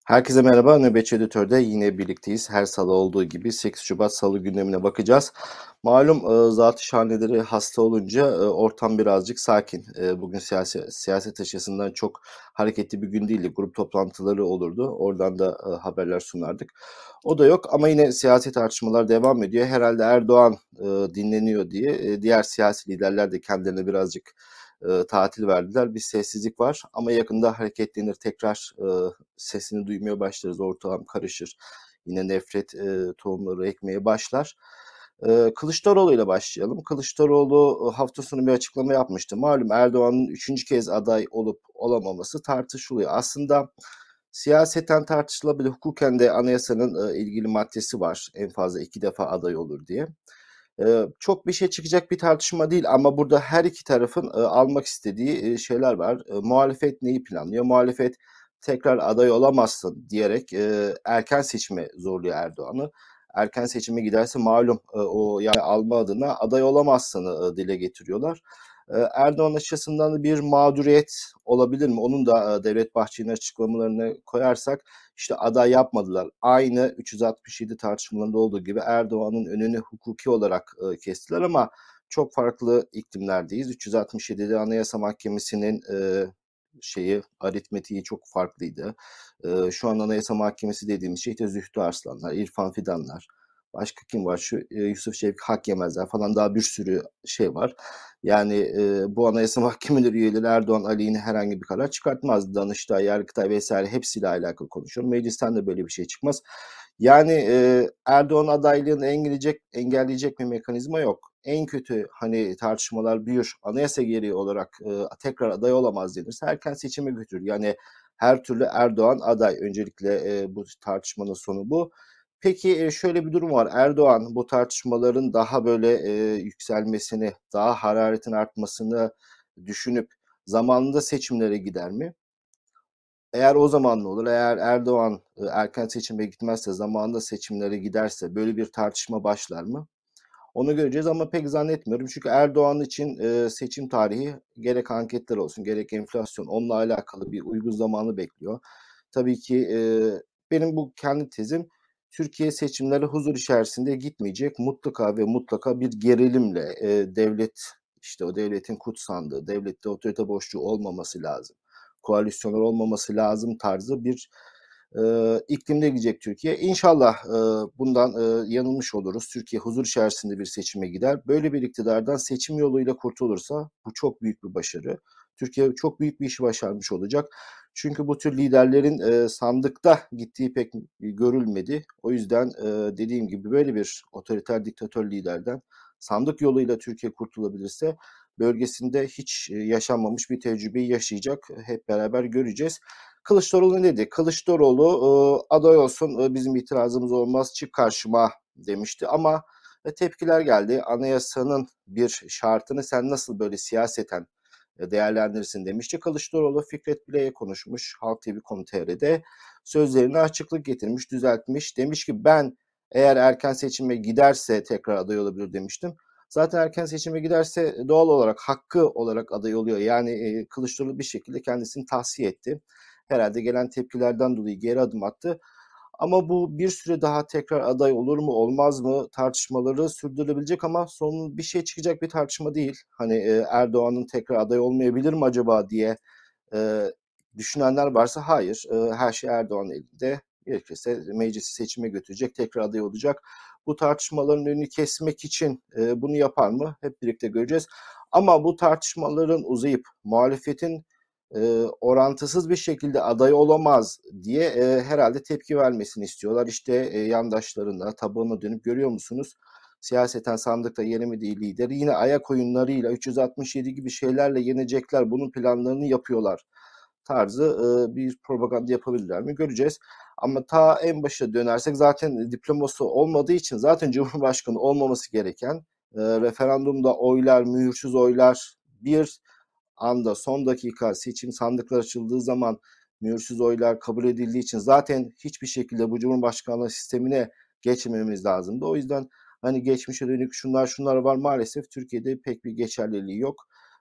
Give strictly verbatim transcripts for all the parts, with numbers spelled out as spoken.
Herkese merhaba. Nöbetçi Editör'de yine birlikteyiz. Her salı olduğu gibi sekiz Şubat Salı gündemine bakacağız. Malum e, zat-ı şahaneleri hasta olunca e, ortam birazcık sakin. E, bugün siyasi, siyaset açısından çok hareketli bir gün değildi. Grup toplantıları olurdu. Oradan da e, haberler sunardık. O da yok ama yine siyasi tartışmalar devam ediyor. Herhalde Erdoğan e, dinleniyor diye e, diğer siyasi liderler de kendilerine birazcık e, tatil verdiler. Bir sessizlik var ama yakında hareketlenir. Tekrar e, sesini duymaya başlarız. Ortam karışır. Yine nefret e, tohumları ekmeye başlar. E, Kılıçdaroğlu ile başlayalım. Kılıçdaroğlu e, hafta sonu bir açıklama yapmıştı. Malum Erdoğan'ın üçüncü kez aday olup olamaması tartışılıyor. Aslında siyaseten tartışılabilir. Hukuken de anayasanın e, ilgili maddesi var. En fazla iki defa aday olur diye. Ee, çok bir şey çıkacak bir tartışma değil ama burada her iki tarafın e, almak istediği e, şeyler var. E, muhalefet neyi planlıyor? Muhalefet tekrar aday olamazsın diyerek e, erken seçime zorluyor Erdoğan'ı. Erken seçime giderse malum e, o yani alma adına aday olamazsını e, dile getiriyorlar. E, Erdoğan açısından da bir mağduriyet olabilir mi? Onun da e, Devlet Bahçeli'nin açıklamalarını koyarsak işte aday yapmadılar. Aynı üç yüz altmış yedi tartışmalarında olduğu gibi Erdoğan'ın önünü hukuki olarak e, kestiler ama çok farklı iklimlerdeyiz. üç yüz altmış yedide Anayasa Mahkemesi'nin e, şeyi aritmetiği çok farklıydı. E, şu an Anayasa Mahkemesi dediğimiz şey işte Zühtü Arslanlar, İrfan Fidanlar, başka kim var? Şu e, Yusuf Şevki Hak Yemezler falan daha bir sürü şey var. Yani e, bu Anayasa Mahkemeleri üyeleri Erdoğan aleyhine herhangi bir karar çıkartmaz. Danıştay, Yargıtay vesaire hepsiyle alakalı konuşuyorum. Meclisten de böyle bir şey çıkmaz. Yani e, Erdoğan adaylığını engelleyecek, engelleyecek bir mekanizma yok. En kötü hani tartışmalar büyür. Anayasa gereği olarak e, tekrar aday olamaz denirse erken seçime götürür. Yani her türlü Erdoğan aday. Öncelikle e, bu tartışmanın sonu bu. Peki e, şöyle bir durum var. Erdoğan bu tartışmaların daha böyle e, yükselmesini, daha hararetin artmasını düşünüp zamanında seçimlere gider mi? Eğer o zaman ne olur? Eğer Erdoğan e, erken seçime gitmezse, zamanında seçimlere giderse böyle bir tartışma başlar mı? Onu göreceğiz ama pek zannetmiyorum. Çünkü Erdoğan için e, seçim tarihi gerek anketler olsun, gerek enflasyon onunla alakalı bir uygun zamanı bekliyor. Tabii ki e, benim bu kendi tezim Türkiye seçimlere huzur içerisinde gitmeyecek. Mutlaka ve mutlaka bir gerilimle e, devlet işte o devletin kutsandığı, devlette otorite boşluğu olmaması lazım. Koalisyonlar olmaması lazım tarzı bir e, iklimde gidecek Türkiye. İnşallah e, bundan e, yanılmış oluruz. Türkiye huzur içerisinde bir seçime gider. Böyle bir iktidardan seçim yoluyla kurtulursa bu çok büyük bir başarı. Türkiye çok büyük bir işi başarmış olacak. Çünkü bu tür liderlerin e, sandıkta gittiği pek görülmedi. O yüzden e, dediğim gibi böyle bir otoriter diktatör liderden sandık yoluyla Türkiye kurtulabilirse bölgesinde hiç yaşanmamış bir tecrübeyi yaşayacak. Hep beraber göreceğiz. Kılıçdaroğlu ne dedi? Kılıçdaroğlu e, aday olsun e, bizim itirazımız olmaz çık karşıma demişti ama e, tepkiler geldi. Anayasanın bir şartını sen nasıl böyle siyaseten e, değerlendirirsin demişti. Kılıçdaroğlu Fikret Bile'ye konuşmuş Halk T V nokta com nokta tr'de sözlerine açıklık getirmiş, düzeltmiş. Demiş ki ben eğer erken seçime giderse tekrar aday olabilir demiştim. Zaten erken seçime giderse doğal olarak hakkı olarak aday oluyor. Yani e, Kılıçdaroğlu bir şekilde kendisini tahsiye etti. Herhalde gelen tepkilerden dolayı geri adım attı. Ama bu bir süre daha tekrar aday olur mu olmaz mı tartışmaları sürdürülebilecek ama son bir şey çıkacak bir tartışma değil. Hani e, Erdoğan'ın tekrar aday olmayabilir mi acaba diye e, düşünenler varsa hayır. E, her şey Erdoğan elinde. Gerekirse meclisi seçime götürecek, tekrar aday olacak. Bu tartışmaların önünü kesmek için e, bunu yapar mı? Hep birlikte göreceğiz. Ama bu tartışmaların uzayıp muhalefetin e, orantısız bir şekilde aday olamaz diye e, herhalde tepki vermesini istiyorlar. İşte e, yandaşlarına, tabanına dönüp görüyor musunuz? Siyaseten sandıkta yenemediği lideri yine ayak oyunlarıyla üç yüz altmış yedi gibi şeylerle yenecekler. Bunun planlarını yapıyorlar tarzı e, bir propaganda yapabilirler mi göreceğiz. Ama ta en başa dönersek zaten diploması olmadığı için zaten Cumhurbaşkanı olmaması gereken e, referandumda oylar, mühürsüz oylar bir anda son dakika seçim sandıklar açıldığı zaman mühürsüz oylar kabul edildiği için zaten hiçbir şekilde bu Cumhurbaşkanlığı sistemine geçmememiz lazımdı. O yüzden hani geçmişe dönük şunlar şunlar var maalesef Türkiye'de pek bir geçerliliği yok.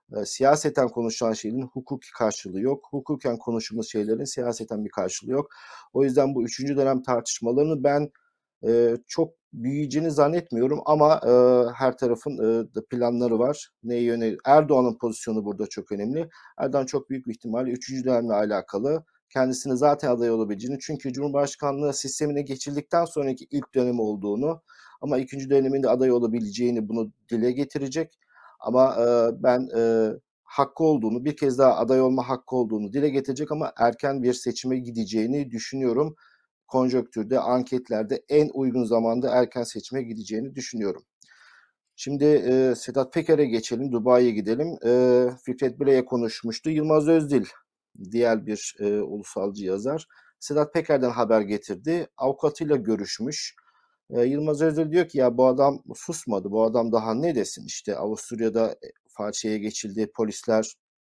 E, siyaseten konuşulan şeylerin hukuki karşılığı yok. Hukuken konuşulmuş şeylerin siyaseten bir karşılığı yok. O yüzden bu üçüncü dönem tartışmalarını ben e, çok büyüyeceğini zannetmiyorum ama e, her tarafın e, da planları var. Neye yönelik? Erdoğan'ın pozisyonu burada çok önemli. Erdoğan çok büyük bir ihtimalle üçüncü dönemle alakalı kendisini zaten aday olabileceğini, çünkü Cumhurbaşkanlığı sistemine geçildikten sonraki ilk dönemi olduğunu ama ikinci döneminde aday olabileceğini bunu dile getirecek. Ama e, ben e, hakkı olduğunu, bir kez daha aday olma hakkı olduğunu dile getirecek ama erken bir seçime gideceğini düşünüyorum. Konjonktürde, anketlerde en uygun zamanda erken seçime gideceğini düşünüyorum. Şimdi e, Sedat Peker'e geçelim, Dubai'ye gidelim. E, Fikret Bilek'e konuşmuştu. Yılmaz Özdil, diğer bir e, ulusalcı yazar, Sedat Peker'den haber getirdi. Avukatıyla görüşmüş. E, Yılmaz Özdil diyor ki ya bu adam susmadı, bu adam daha ne desin? İşte Avusturya'da faciaya geçildi, polisler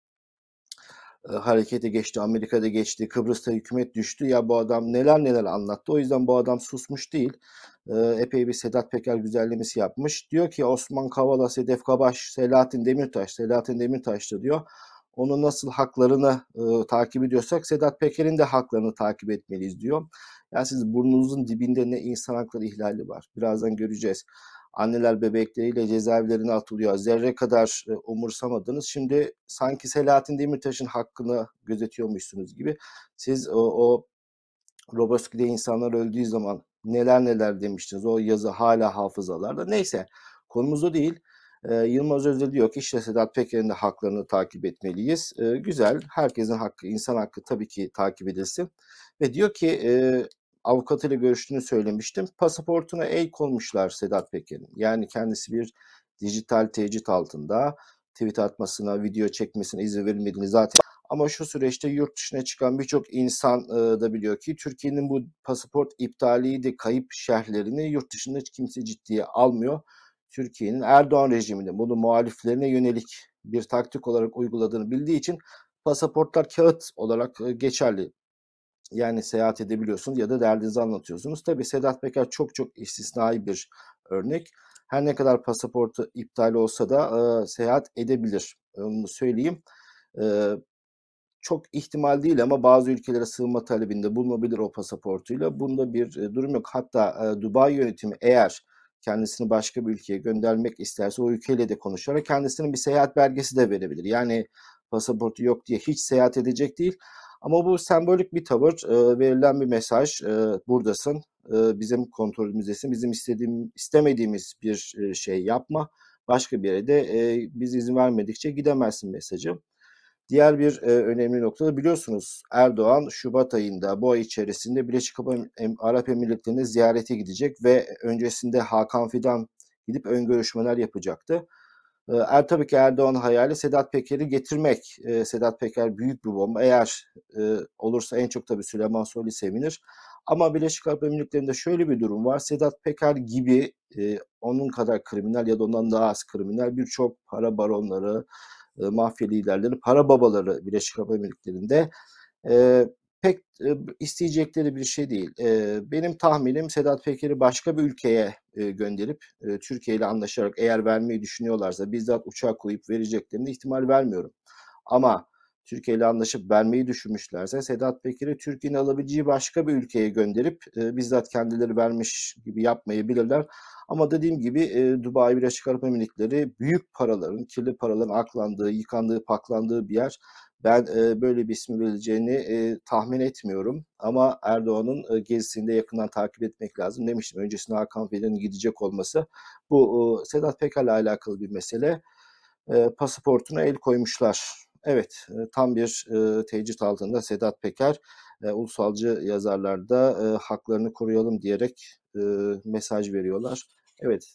e, harekete geçti, Amerika'da geçti, Kıbrıs'ta hükümet düştü. Ya bu adam neler neler anlattı. O yüzden bu adam susmuş değil. E, epey bir Sedat Peker güzellemesi yapmış. Diyor ki Osman Kavala, Sedef Kabaş, Selahattin Demirtaş, Selahattin Demirtaş da diyor. Onun nasıl haklarını e, takip ediyorsak Sedat Peker'in de haklarını takip etmeliyiz diyor. Yani siz burnunuzun dibinde ne insan hakları ihlali var. Birazdan göreceğiz. Anneler bebekleriyle cezaevlerine atılıyor. Zerre kadar e, umursamadınız. Şimdi sanki Selahattin Demirtaş'ın hakkını gözetiyormuşsunuz gibi. Siz o, o Roboski'de insanlar öldüğü zaman neler neler demiştiniz. O yazı hala hafızalarda. Neyse, konumuz o değil. Ee, Yılmaz Özdil diyor ki işte Sedat Peker'in de haklarını takip etmeliyiz. Ee, güzel. Herkesin hakkı, insan hakkı tabii ki takip edilsin. Ve diyor ki e, avukatıyla görüştüğünü söylemiştim. Pasaportuna el koymuşlar Sedat Peker'in. Yani kendisi bir dijital tecrit altında. Tweet atmasına, video çekmesine izin verilmediğini zaten, ama şu süreçte yurt dışına çıkan birçok insan e, da biliyor ki Türkiye'nin bu pasaport iptaliydi, kayıp şerhlerini yurt dışında hiç kimse ciddiye almıyor. Türkiye'nin Erdoğan rejiminde bunu muhaliflerine yönelik bir taktik olarak uyguladığını bildiği için pasaportlar kağıt olarak e, geçerli. Yani seyahat edebiliyorsunuz ya da derdinizi anlatıyorsunuz. Tabii Sedat Peker çok çok istisnai bir örnek. Her ne kadar pasaportu iptal olsa da e, seyahat edebilir. Onu söyleyeyim. E, Çok ihtimal değil ama bazı ülkelere sığınma talebinde bulunabilir o pasaportuyla. Bunda bir e, durum yok. Hatta e, Dubai yönetimi eğer kendisini başka bir ülkeye göndermek isterse o ülkeyle de konuşarak kendisinin bir seyahat belgesi de verebilir. Yani pasaportu yok diye hiç seyahat edecek değil. Ama bu sembolik bir tavır, e, verilen bir mesaj. E, buradasın, e, bizim kontrolümüzdesin, bizim istediğim, istemediğimiz bir e, şey yapma. Başka bir yere de e, biz izin vermedikçe gidemezsin mesajı. Diğer bir e, önemli nokta da biliyorsunuz Erdoğan Şubat ayında bu ay içerisinde Birleşik Arap Emirlikleri'ne ziyarete gidecek ve öncesinde Hakan Fidan gidip ön görüşmeler yapacaktı. E, er tabii ki Erdoğan hayali Sedat Peker'i getirmek. E, Sedat Peker büyük bir bomba. Eğer e, olursa en çok tabii Süleyman Soylu sevinir. Ama Birleşik Arap Emirlikleri'nde şöyle bir durum var. Sedat Peker gibi e, onun kadar kriminal ya da ondan daha az kriminal birçok para baronları, e, mafya liderleri, para babaları Birleşik Arap Emirlikleri'nde e, pek e, isteyecekleri bir şey değil. E, benim tahminim Sedat Peker'i başka bir ülkeye e, gönderip e, Türkiye ile anlaşarak eğer vermeyi düşünüyorlarsa bizzat uçağa koyup vereceklerine ihtimal vermiyorum. Ama Türkiye ile anlaşıp vermeyi düşünmüşlerse Sedat Peker'i Türkiye'nin alabileceği başka bir ülkeye gönderip e, bizzat kendileri vermiş gibi yapmayabilirler. Ama dediğim gibi e, Dubai Birleşik Arap Emirlikleri büyük paraların, kirli paraların aklandığı, yıkandığı, paklandığı bir yer. Ben e, böyle bir ismi verileceğini e, tahmin etmiyorum. Ama Erdoğan'ın e, gezisini de yakından takip etmek lazım. Demiştim öncesinde Hakan Fidan'ın gidecek olması. Bu e, Sedat Peker'le alakalı bir mesele. E, pasaportuna el koymuşlar. Evet, e, tam bir e, tecrit altında Sedat Peker. E, ulusalcı yazarlar da e, haklarını koruyalım diyerek e, mesaj veriyorlar. Evet,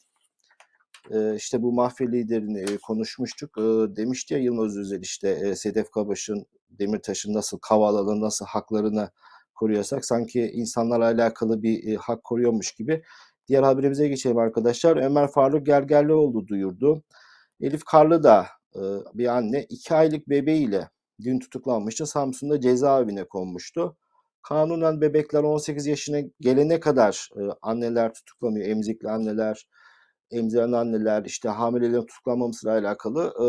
e, işte bu mafya liderini e, konuşmuştuk. E, demişti ya Yılmaz Özel işte e, Sedef Kabaş'ın, Demirtaş'ın nasıl Kavala'nın nasıl haklarını koruyorsak sanki insanlarla alakalı bir e, hak koruyormuş gibi. Diğer haberimize geçelim arkadaşlar. Ömer Faruk Gergerlioğlu duyurdu. Elif Karlı da e, bir anne iki aylık bebeğiyle dün tutuklanmıştı. Samsun'da cezaevine konmuştu. Kanunen bebekler on sekiz yaşına gelene kadar e, anneler tutuklanıyor. Emzikli anneler, emziren anneler, işte hamilelerin tutuklanmamasıyla alakalı e,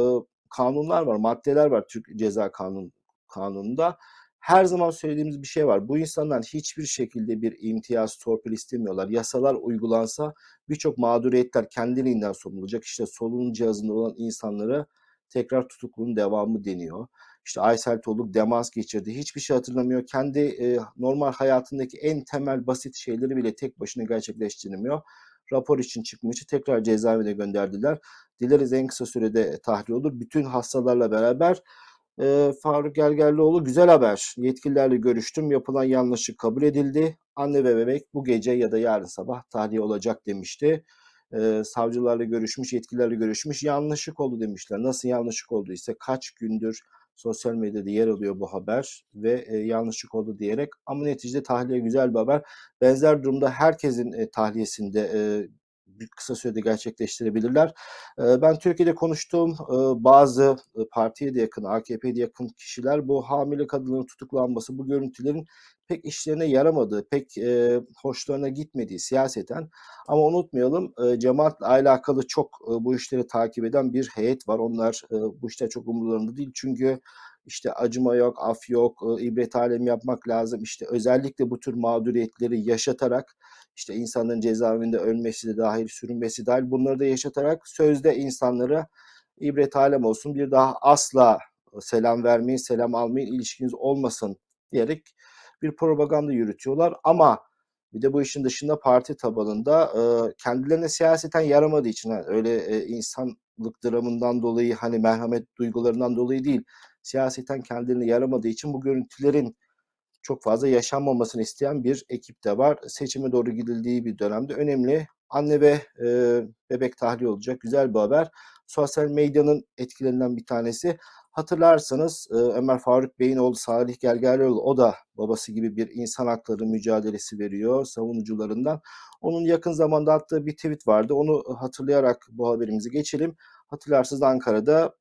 kanunlar var, maddeler var Türk Ceza Kanun Kanunu'nda. Her zaman söylediğimiz bir şey var. Bu insanlar hiçbir şekilde bir imtiyaz, torpil istemiyorlar. Yasalar uygulansa birçok mağduriyetler kendiliğinden sorulacak. İşte solunum cihazında olan insanlara tekrar tutukluluğun devamı deniyor. İşte Aysel Toluk demans geçirdi. Hiçbir şey hatırlamıyor. Kendi e, normal hayatındaki en temel basit şeyleri bile tek başına gerçekleştiremiyor. Rapor için çıkmıştı. Tekrar cezaevine gönderdiler. Dileriz en kısa sürede tahliye olur. Bütün hastalarla beraber e, Faruk Gergerlioğlu güzel haber. Yetkililerle görüştüm. Yapılan yanlışlık kabul edildi. Anne ve bebek bu gece ya da yarın sabah tahliye olacak demişti. E, savcılarla görüşmüş, yetkililerle görüşmüş. Yanlışlık oldu demişler. Nasıl yanlışlık olduysa kaç gündür sosyal medyada yer alıyor bu haber ve e, yanlışlık oldu diyerek. Ama neticede tahliye güzel bir haber. Benzer durumda herkesin e, tahliyesinde e, bir kısa sürede gerçekleştirebilirler. E, ben Türkiye'de konuştuğum e, bazı e, partiye de yakın, A K P'ye de yakın kişiler bu hamile kadınların tutuklanması, bu görüntülerin pek işlerine yaramadığı, pek e, hoşlarına gitmediği siyaseten. Ama unutmayalım e, cemaatle alakalı çok e, bu işleri takip eden bir heyet var. Onlar e, bu işler çok umurlarında değil. Çünkü işte acıma yok, af yok, e, ibret alemi yapmak lazım. İşte özellikle bu tür mağduriyetleri yaşatarak işte insanların cezaevinde ölmesi de dahil, sürünmesi dahil bunları da yaşatarak sözde insanlara ibret alem olsun. Bir daha asla selam vermeyin, selam almayın, ilişkiniz olmasın diyerek bir propaganda yürütüyorlar. Ama bir de bu işin dışında parti tabanında e, kendilerine siyaseten yaramadığı için yani öyle e, insanlık dramından dolayı hani merhamet duygularından dolayı değil siyaseten kendilerine yaramadığı için bu görüntülerin çok fazla yaşanmamasını isteyen bir ekip de var. Seçime doğru gidildiği bir dönemde önemli. Anne ve e, bebek tahliye olacak. Güzel bir haber. Sosyal medyanın etkilerinden bir tanesi. Hatırlarsanız e, Ömer Faruk Bey'in oğlu Salih Gergerlioğlu o da babası gibi bir insan hakları mücadelesi veriyor savunucularından. Onun yakın zamanda attığı bir tweet vardı. Onu hatırlayarak bu haberimizi geçelim. Hatırlarsınız Ankara'da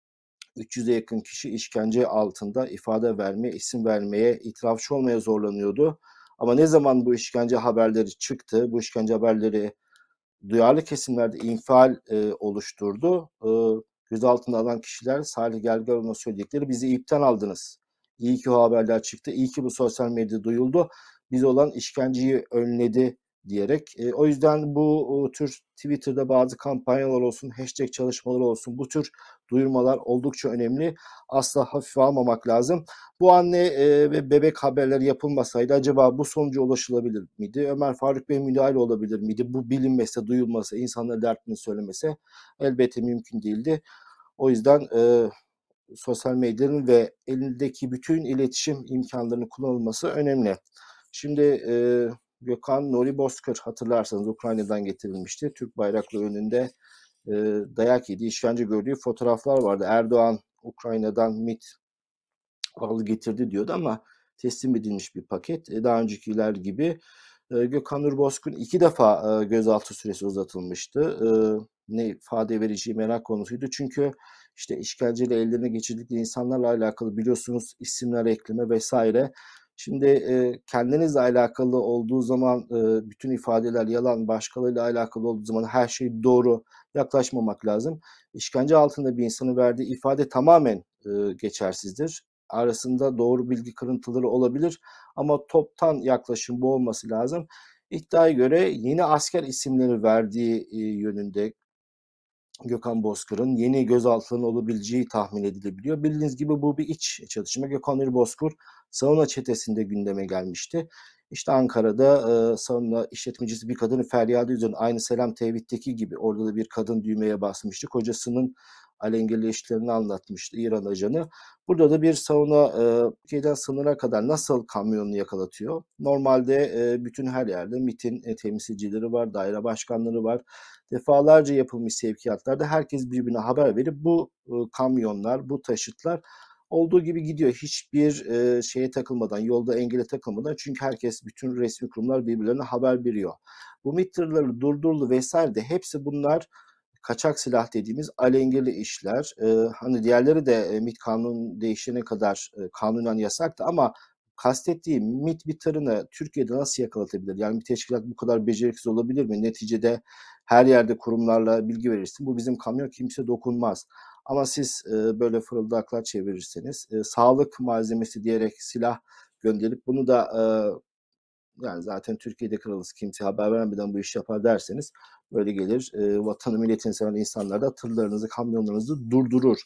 üç yüze yakın kişi işkence altında ifade vermeye, isim vermeye, itirafçı olmaya zorlanıyordu. Ama ne zaman bu işkence haberleri çıktı, bu işkence haberleri duyarlı kesimlerde infial e, oluşturdu. E, gözaltına alan kişiler Salih Gergerlioğlu'na söyledikleri bizi ipten aldınız. İyi ki o haberler çıktı, iyi ki bu sosyal medyada duyuldu. Biz olan işkenceyi önledi diyerek. E, o yüzden bu o, tür Twitter'da bazı kampanyalar olsun, hashtag çalışmaları olsun, bu tür duyurmalar oldukça önemli. Asla hafife almamak lazım. Bu anne e, ve bebek haberleri yapılmasaydı acaba bu sonuca ulaşılabilir miydi? Ömer Faruk Bey müdahale olabilir miydi? Bu bilinmese, duyulmasa, insanlara derdini söylemese elbette mümkün değildi. O yüzden e, sosyal medyanın ve elindeki bütün iletişim imkanlarının kullanılması önemli. Şimdi e, Gökhan Nuri Bozkır hatırlarsanız Ukrayna'dan getirilmişti. Türk bayraklı önünde e, dayak yediği, işkence gördüğü fotoğraflar vardı. Erdoğan Ukrayna'dan MİT aldı getirdi diyordu ama teslim edilmiş bir paket. E, daha öncekiler gibi e, Gökhan Nur Bozkır'ın iki defa e, gözaltı süresi uzatılmıştı. E, ne ifade vereceği merak konusuydu. Çünkü işte işkenceyle ellerine geçirdikleri insanlarla alakalı biliyorsunuz isimler ekleme vesaire. Şimdi e, kendinizle alakalı olduğu zaman e, bütün ifadeler yalan, başkalarıyla alakalı olduğu zaman her şey doğru yaklaşmamak lazım. İşkence altında bir insanın verdiği ifade tamamen e, geçersizdir. Arasında doğru bilgi kırıntıları olabilir ama toptan yaklaşım bu olması lazım. İddiaya göre yeni asker isimleri verdiği e, yönünde Gökhan Bozkır'ın yeni gözaltılarının olabileceği tahmin edilebiliyor. Bildiğiniz gibi bu bir iç çatışma. Gökhan Nuri Bozkır sauna çetesinde gündeme gelmişti. İşte Ankara'da e, sauna işletmecisi bir kadının feryadı üzerine aynı Selam Tevhid'deki gibi orada da bir kadın düğmeye basmıştı. Kocasının alengirli işlerini anlatmıştı İran ajanı. Burada da bir sauna e, Türkiye'den sınıra kadar nasıl kamyonunu yakalatıyor? Normalde e, bütün her yerde MİT'in e, temsilcileri var, daire başkanları var. Defalarca yapılmış sevkiyatlarda herkes birbirine haber verip bu e, kamyonlar, bu taşıtlar olduğu gibi gidiyor. Hiçbir e, şeye takılmadan, yolda engele takılmadan çünkü herkes, bütün resmi kurumlar birbirlerine haber veriyor. Bu MİT tırları durdurulu vesaire de hepsi bunlar kaçak silah dediğimiz alengirli işler. E, hani diğerleri de e, MİT kanun değişene kadar e, kanunen yasaktı ama kastettiğim MİT bir tırını Türkiye'de nasıl yakalatabilir? Yani bir teşkilat bu kadar beceriksiz olabilir mi? Neticede her yerde kurumlarla bilgi verirsin. Bu bizim kamyon kimse dokunmaz. Ama siz e, böyle fırıldaklar çevirirseniz, e, sağlık malzemesi diyerek silah gönderip bunu da e, yani zaten Türkiye'de kralız, kimseye haber vermeden bu iş yapar derseniz böyle gelir e, vatanı milletini seven insanlar da tırlarınızı, kamyonlarınızı durdurur.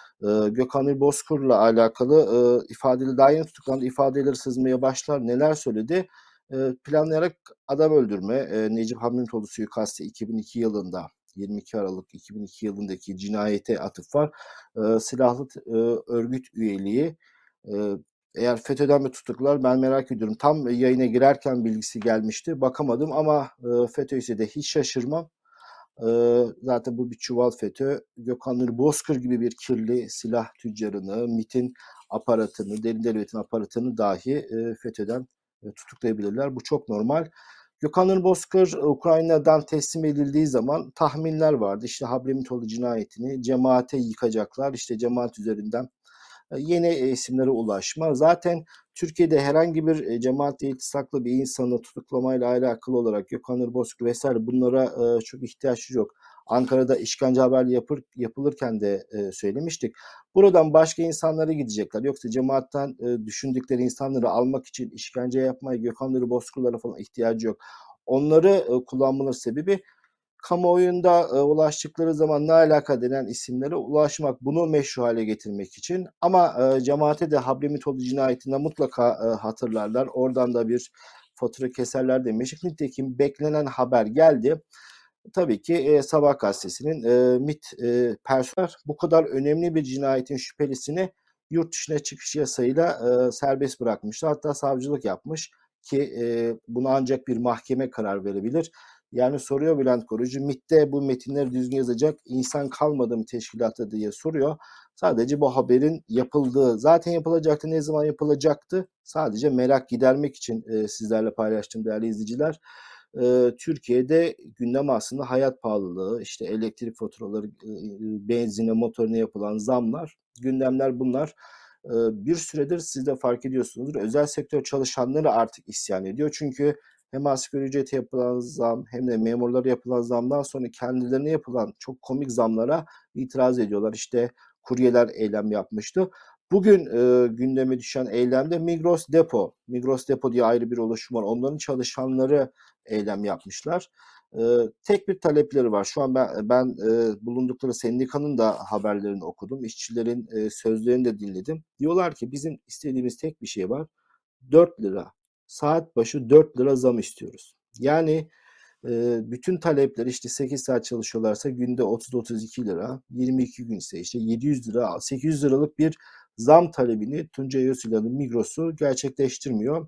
E, Gökhan Nuri Bozkır'la alakalı e, ifadeli daha yeni tutuklandı. İfadeleri sızmaya başlar. Neler söyledi? E, planlayarak adam öldürme, e, Necip Hamitoğlu suikastı iki bin iki yılında, yirmi iki Aralık iki bin iki yılındaki cinayete atıf var. E, silahlı e, örgüt üyeliği, e, eğer FETÖ'den mi tutuklar ben merak ediyorum. Tam yayına girerken bilgisi gelmişti. Bakamadım ama e, FETÖ ise de hiç şaşırmam. E, zaten bu bir çuval FETÖ. Gökhan Nuri Bozkır gibi bir kirli silah tüccarını, MİT'in aparatını, derin devletin aparatını dahi e, FETÖ'den e, tutuklayabilirler. Bu çok normal. Gökhan Nuri Bozkır Ukrayna'dan teslim edildiği zaman tahminler vardı. İşte Hablemitoğlu cinayetini cemaate yıkacaklar. İşte cemaat üzerinden yeni isimlere ulaşma. Zaten Türkiye'de herhangi bir cemaatle iltisaklı bir insanı tutuklamayla alakalı olarak Gökhan Nuri Bozkır vesaire bunlara çok ihtiyaç yok. Ankara'da işkence haberli yapır, yapılırken de söylemiştik. Buradan başka insanlara gidecekler. Yoksa cemaatten düşündükleri insanları almak için işkence yapmaya Gökhan Nuri Bozkır'lara falan ihtiyacı yok. Onları kullanmanın sebebi kamuoyunda e, ulaştıkları zaman ne alaka denen isimlere ulaşmak, bunu meşru hale getirmek için. Ama e, cemaate de Hablemitoğlu cinayetinden mutlaka e, hatırlarlar. Oradan da bir fatura keserler demiştik. Nitekim beklenen haber geldi. Tabii ki e, Sabah gazetesinin e, MİT e, personel bu kadar önemli bir cinayetin şüphelisini yurt dışına çıkış yasayla e, serbest bırakmıştı. Hatta savcılık yapmış ki e, buna ancak bir mahkeme karar verebilir. Yani soruyor Bülent Korucu, MİT'te bu metinleri düzgün yazacak insan kalmadı mı teşkilatta diye soruyor. Sadece bu haberin yapıldığı, zaten yapılacaktı, ne zaman yapılacaktı? Sadece merak gidermek için e, sizlerle paylaştım değerli izleyiciler. E, Türkiye'de gündem aslında hayat pahalılığı, işte elektrik faturaları, e, benzine, motorine yapılan zamlar, gündemler bunlar. E, bir süredir siz de fark ediyorsunuzdur. Özel sektör çalışanları artık isyan ediyor. Çünkü hem asgari ücrete yapılan zam hem de memurlara yapılan zamdan sonra kendilerine yapılan çok komik zamlara itiraz ediyorlar. İşte kuryeler eylem yapmıştı. Bugün e, gündeme düşen eylemde Migros Depo. Migros Depo diye ayrı bir oluşum var. Onların çalışanları eylem yapmışlar. E, tek bir talepleri var. Şu an ben, ben e, bulundukları sendikanın da haberlerini okudum. İşçilerin e, sözlerini de dinledim. Diyorlar ki bizim istediğimiz tek bir şey var. dört lira. Saat başı dört lira zam istiyoruz. Yani e, bütün talepler işte sekiz saat çalışıyorlarsa günde otuz otuz iki lira, yirmi iki gün ise işte yedi yüz lira, sekiz yüz liralık bir zam talebini Tuncay Özilhan'ın Migros'u gerçekleştirmiyor.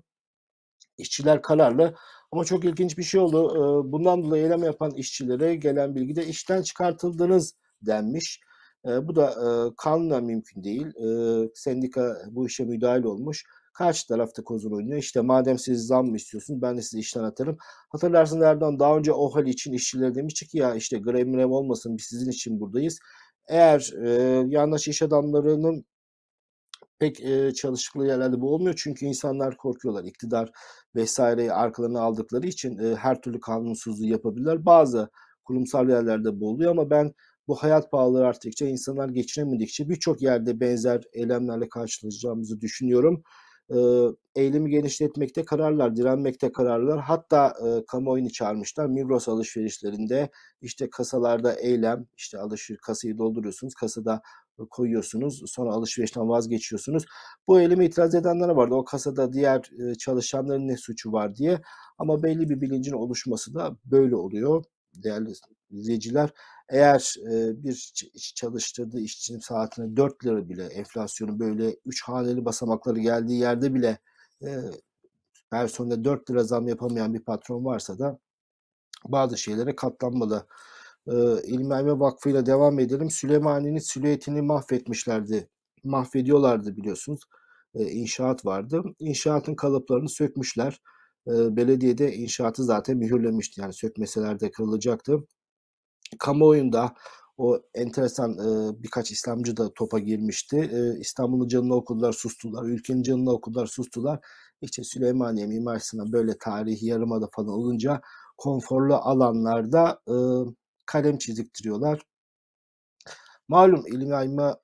İşçiler kararlı ama çok ilginç bir şey oldu. Ee, Bundan dolayı eylem yapan işçilere gelen bilgide işten çıkartıldınız denmiş. Ee, Bu da e, kanunen mümkün değil. Ee, Sendika bu işe müdahil olmuş. Karşı tarafta kozunu oynuyor. İşte madem siz zam mı istiyorsunuz ben de sizi işten atarım. Hatırlarsın Erdoğan daha önce OHAL için işçilere demişti ki ya işte grev mrev olmasın biz sizin için buradayız. Eğer e, yandaş iş adamlarının pek e, çalıştıkları yerlerde bu olmuyor. Çünkü insanlar korkuyorlar. İktidar vesaireyi arkalarına aldıkları için e, her türlü kanunsuzluğu yapabilirler. Bazı kurumsal yerlerde bu oluyor ama ben bu hayat pahalılığı arttıkça, insanlar geçinemedikçe birçok yerde benzer eylemlerle karşılaşacağımızı düşünüyorum. E, eylemi genişletmekte kararlar, direnmekte kararlar. Hatta e, kamuoyunu çağırmışlar. Migros alışverişlerinde işte kasalarda eylem, işte alışveriş kasayı dolduruyorsunuz, kasada koyuyorsunuz. Sonra alışverişten vazgeçiyorsunuz. Bu eyleme itiraz edenler vardı. O kasada diğer e, çalışanların ne suçu var diye. Ama belli bir bilincin oluşması da böyle oluyor. Değerli izleyiciler, eğer e, bir çalıştırdığı işçinin saatine dört lira bile, enflasyonun böyle üç haneli basamakları geldiği yerde bile e, personele dört lira zam yapamayan bir patron varsa da bazı şeylere katlanmalı. Ee, İlmi Ayme Vakfı ile devam edelim. Süleymaniye'nin silüetini mahvetmişlerdi. Mahvediyorlardı biliyorsunuz. Ee, inşaat vardı. İnşaatın kalıplarını sökmüşler. Ee, belediyede inşaatı zaten mühürlemişti. Yani sökmeseler de kırılacaktı. Kamuoyunda o enteresan e, birkaç İslamcı da topa girmişti. E, İstanbul'un canını okudular, sustular. Ülkenin canını okudular, sustular. İşte Süleymaniye, Mimar Sinan böyle tarihi yarımada falan olunca konforlu alanlarda e, kalem çiziktiriyorlar. Malum ilim yayma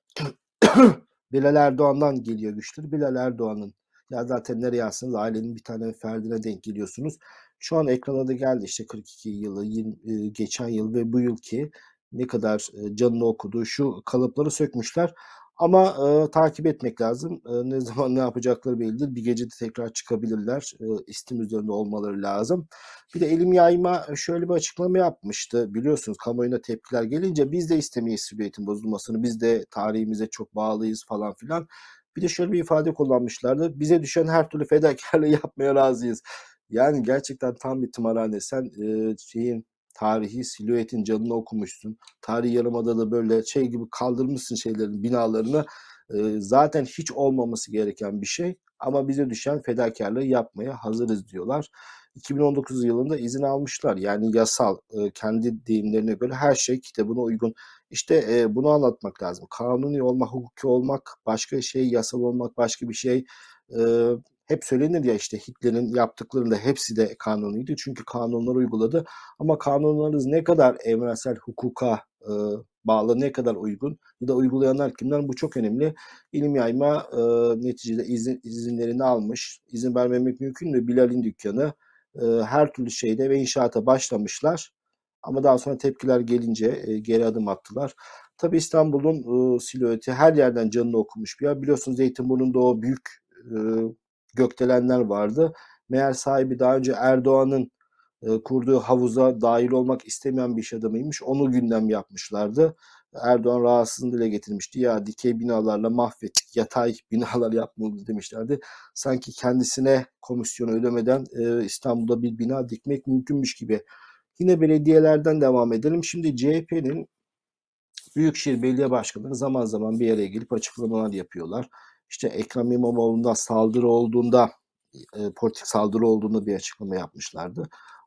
Bilal Erdoğan'dan geliyor güçleri. Bilal Erdoğan'ın, ya zaten nereye yazsanız ailenin bir tane ferdine denk geliyorsunuz. Şu an ekrana da geldi işte kırk iki yılı, yirmi, e, geçen yıl ve bu yılki ne kadar e, canını okuduğu şu kalıpları sökmüşler. Ama e, takip etmek lazım. E, ne zaman ne yapacakları belli değil. Bir gecede tekrar çıkabilirler. E, istim üzerinde olmaları lazım. Bir de elim yayma şöyle bir açıklama yapmıştı. Biliyorsunuz kamuoyuna tepkiler gelince biz de istemeyiz silüetin bozulmasını. Biz de tarihimize çok bağlıyız falan filan. Bir de şöyle bir ifade kullanmışlardı. Bize düşen her türlü fedakarlığı yapmaya razıyız. Yani gerçekten tam bir tımarhane. Sen e, şeyin tarihi silüetin canını okumuşsun. Tarihi Yarımada'da böyle şey gibi kaldırmışsın şeylerin binalarını. E, zaten hiç olmaması gereken bir şey. Ama bize düşen fedakarlığı yapmaya hazırız diyorlar. iki bin on dokuz yılında izin almışlar. Yani yasal, e, kendi deyimlerine göre her şey kitabına uygun. İşte e, bunu anlatmak lazım. Kanuni olmak, hukuki olmak, başka şey, yasal olmak başka bir şey. E, hep söylenir ya işte Hitler'in yaptıklarında hepsi de kanuniydi. Çünkü kanunları uyguladı. Ama kanunlarınız ne kadar evrensel hukuka e, bağlı, ne kadar uygun ya da uygulayanlar kimler, bu çok önemli. İlim yayma e, neticede izin, izinlerini almış. İzin vermemek mümkün mü? Bilal'in dükkanı e, her türlü şeyde ve inşaata başlamışlar. Ama daha sonra tepkiler gelince e, geri adım attılar. Tabii İstanbul'un e, silüeti her yerden canını okumuş bir yer. Biliyorsunuz Zeytinburnu'nda o büyük e, gökdelenler vardı. Meğer sahibi daha önce Erdoğan'ın e, kurduğu havuza dahil olmak istemeyen bir iş adamıymış. Onu gündem yapmışlardı. Erdoğan rahatsızlığını dile getirmişti. Ya dikey binalarla mahvettik, yatay binalar yapmalıyız demişlerdi. Sanki kendisine komisyonu ödemeden e, İstanbul'da bir bina dikmek mümkünmüş gibi. Yine belediyelerden devam edelim. Şimdi C H P'nin Büyükşehir Belediye Başkanları zaman zaman bir araya gelip açıklamalar yapıyorlar. İşte Ekrem İmamoğlu'nda saldırı olduğunda, e, politik saldırı olduğunda bir açıklama yapmışlardı.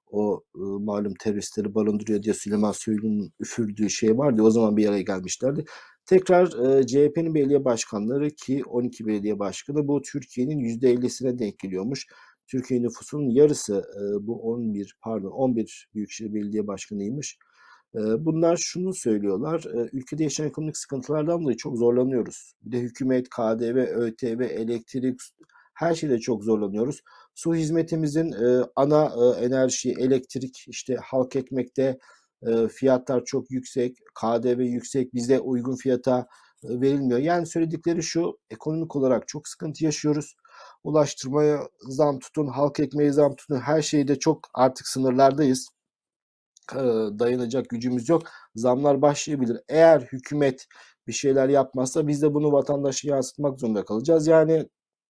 O e, malum teröristleri barındırıyor diye Süleyman Soylu'nun üfürdüğü şey vardı. O zaman bir araya gelmişlerdi. Tekrar e, C H P'nin belediye başkanları, ki on iki belediye başkanı, bu Türkiye'nin yüzde ellisine denk geliyormuş. Türkiye nüfusunun yarısı e, bu on bir pardon on bir Büyükşehir Belediye Başkanıymış. Bunlar şunu söylüyorlar, ülkede yaşanan ekonomik sıkıntılardan dolayı çok zorlanıyoruz. Bir de hükümet, K D V, ÖTV, elektrik, her şeyde çok zorlanıyoruz. Su hizmetimizin ana enerji, elektrik, işte halk ekmekte fiyatlar çok yüksek, K D V yüksek, bize uygun fiyata verilmiyor. Yani söyledikleri şu, ekonomik olarak çok sıkıntı yaşıyoruz. Ulaştırmaya zam tutun, halk ekmeğe zam tutun, her şeyde çok artık sınırlardayız, dayanacak gücümüz yok. Zamlar başlayabilir. Eğer hükümet bir şeyler yapmazsa biz de bunu vatandaşa yansıtmak zorunda kalacağız. Yani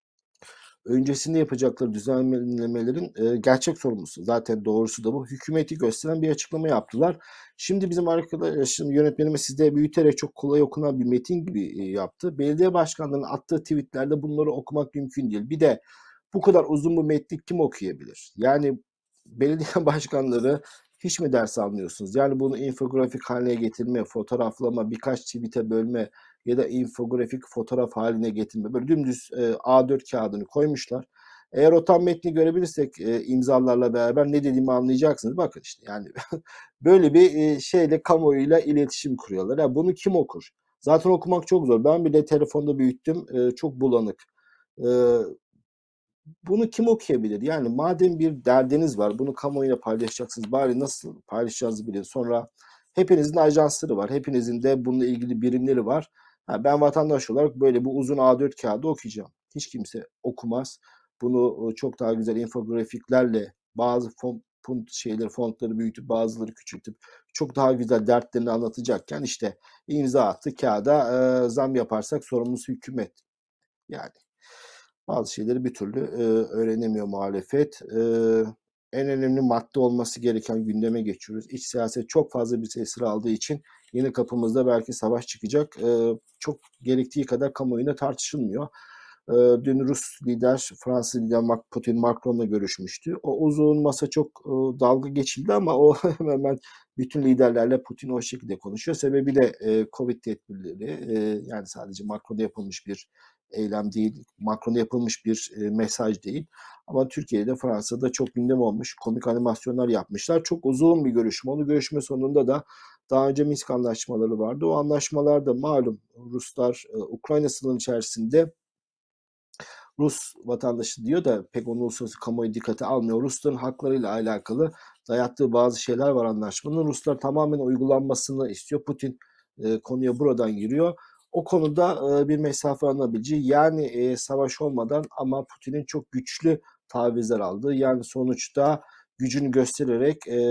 öncesinde yapacakları düzenlemelerin e, gerçek sorumlusu. Zaten doğrusu da bu. Hükümeti gösteren bir açıklama yaptılar. Şimdi bizim arkadaşım yönetmenimiz sizde büyüterek çok kolay okunan bir metin gibi e, yaptı. Belediye başkanlarının attığı tweetlerde bunları okumak mümkün değil. Bir de bu kadar uzun bir metni kim okuyabilir? Yani belediye başkanları hiç mi ders almıyorsunuz? Yani bunu infografik haline getirme, fotoğraflama, birkaç tweet'e bölme ya da infografik fotoğraf haline getirme. Böyle dümdüz e, A dört kağıdını koymuşlar. Eğer o tam metni görebilirsek e, imzalarla beraber ne dediğimi anlayacaksınız. Bakın işte yani böyle bir e, şeyle kamuoyuyla iletişim kuruyorlar. Ya bunu kim okur? Zaten okumak çok zor. Ben bile telefonda büyüttüm. E, çok bulanık. E, bunu kim okuyabilir? Yani madem bir derdiniz var, bunu kamuoyuyla paylaşacaksınız. Bari nasıl paylaşacağınızı bilin. Sonra hepinizin ajansları var. Hepinizin de bununla ilgili birimleri var. Ha, ben vatandaş olarak böyle bu uzun A dört kağıdı okuyacağım. Hiç kimse okumaz. Bunu e, çok daha güzel infografiklerle, bazı font, font şeyleri, fontları büyütüp bazıları küçültüp çok daha güzel dertlerini anlatacakken işte imza attı kağıda, e, zam yaparsak sorumlusu hükümet. Yani bazı şeyleri bir türlü e, öğrenemiyor muhalefet. E, en önemli madde olması gereken gündeme geçiyoruz. İç siyaset çok fazla bir esir aldığı için yeni kapımızda belki savaş çıkacak. E, çok gerektiği kadar kamuoyunda tartışılmıyor. E, dün Rus lider, Fransız lider Putin Macron'la görüşmüştü. O uzun masa çok e, dalga geçildi ama o hemen hemen bütün liderlerle Putin o şekilde konuşuyor. Sebebi de e, Covid tedbirleri. E, yani sadece Macron'da yapılmış bir eylem değil, Macron'a yapılmış bir e, mesaj değil. Ama Türkiye'de, Fransa'da çok gündem olmuş. Komik animasyonlar yapmışlar. Çok uzun bir görüşme. Onu görüşme sonunda da Daha önce Minsk anlaşmaları vardı. O anlaşmalarda malum Ruslar e, Ukrayna sınırı içerisinde Rus vatandaşı diyor da pek onun uluslararası kamuoyu dikkate almıyor. Rusların haklarıyla alakalı dayattığı bazı şeyler var anlaşmanın. Ruslar tamamen uygulanmasını istiyor. Putin e, konuya buradan giriyor. O konuda e, bir mesafe alınabileceği, yani e, savaş olmadan ama Putin'in çok güçlü tavizler aldığı, yani sonuçta gücünü göstererek e,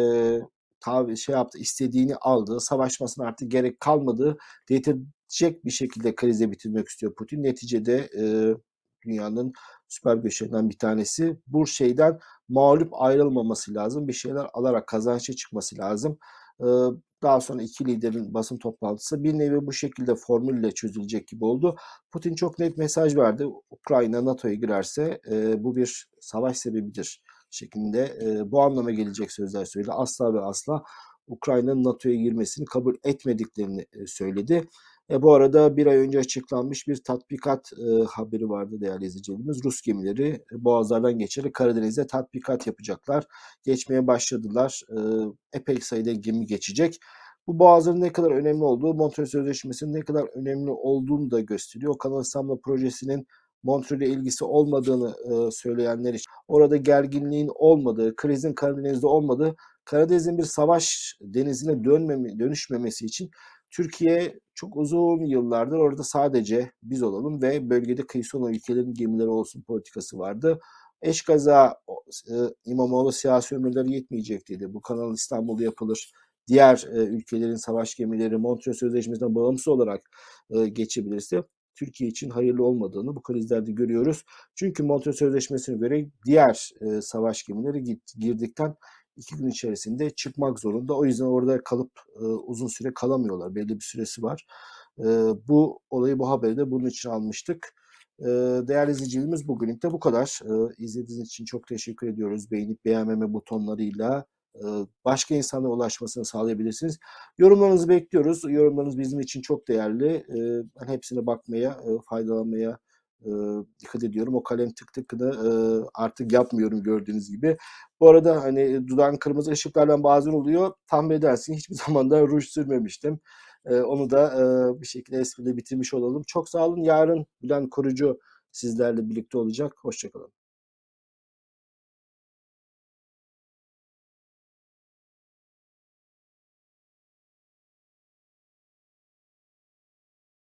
tav şey yaptı, istediğini aldığı, savaşmasına artık gerek kalmadığı dedirtecek bir şekilde krize bitirmek istiyor Putin. Neticede e, dünyanın süper güçlerinden bir tanesi. Bu şeyden mağlup ayrılmaması lazım. Bir şeyler alarak kazançlı çıkması lazım. Ee, Daha sonra iki liderin basın toplantısı bir nevi bu şekilde formülle çözülecek gibi oldu. Putin çok net mesaj verdi. Ukrayna NATO'ya girerse e, bu bir savaş sebebidir şeklinde e, bu anlama gelecek sözler söyledi. Asla ve asla Ukrayna'nın NATO'ya girmesini kabul etmediklerini e, söyledi. E, bu arada bir ay önce açıklanmış bir tatbikat e, haberi vardı değerli izleyicilerimiz. Rus gemileri e, boğazlardan geçerek Karadeniz'de tatbikat yapacaklar. Geçmeye başladılar. E, epey sayıda gemi geçecek. Bu boğazların ne kadar önemli olduğu, Montreux Sözleşmesi'nin ne kadar önemli olduğunu da gösteriyor. Kanal İstanbul projesinin Montreux'le ilgisi olmadığını e, söyleyenler için, orada gerginliğin olmadığı, krizin Karadeniz'de olmadığı, Karadeniz'in bir savaş denizine dönmemi, dönüşmemesi için Türkiye çok uzun yıllardır orada sadece biz olalım ve bölgede kıyısı olan ülkelerin gemileri olsun politikası vardı. Eşkaza e, İmamoğlu siyasi ömürleri yetmeyecek dedi. Bu Kanal İstanbul'da yapılır. Diğer e, ülkelerin savaş gemileri Montreux Sözleşmesi'nden bağımsız olarak e, geçebilirse Türkiye için hayırlı olmadığını bu krizlerde görüyoruz. Çünkü Montreux Sözleşmesi'ne göre diğer e, savaş gemileri git, girdikten iki gün içerisinde çıkmak zorunda. O yüzden orada kalıp e, uzun süre kalamıyorlar. Belli bir süresi var. E, bu olayı, bu haberi de bunun için almıştık. E, değerli izleyicilerimiz, bugünlük de bu kadar. E, izlediğiniz için çok teşekkür ediyoruz. Beğenip beğenmeme butonlarıyla e, başka insanlara ulaşmasını sağlayabilirsiniz. Yorumlarınızı bekliyoruz. Yorumlarınız bizim için çok değerli. E, ben hepsine bakmaya, e, faydalanmaya e, dikkat ediyorum. O kalem tık tıkını e, artık yapmıyorum gördüğünüz gibi. Bu arada hani dudağın kırmızı ışıklardan bazen oluyor. Tahmin edersin hiçbir zaman da ruj sürmemiştim. Ee, onu da e, bir şekilde espriyle bitirmiş olalım. Çok sağ olun. Yarın Bülent Korucu sizlerle birlikte olacak. Hoşçakalın.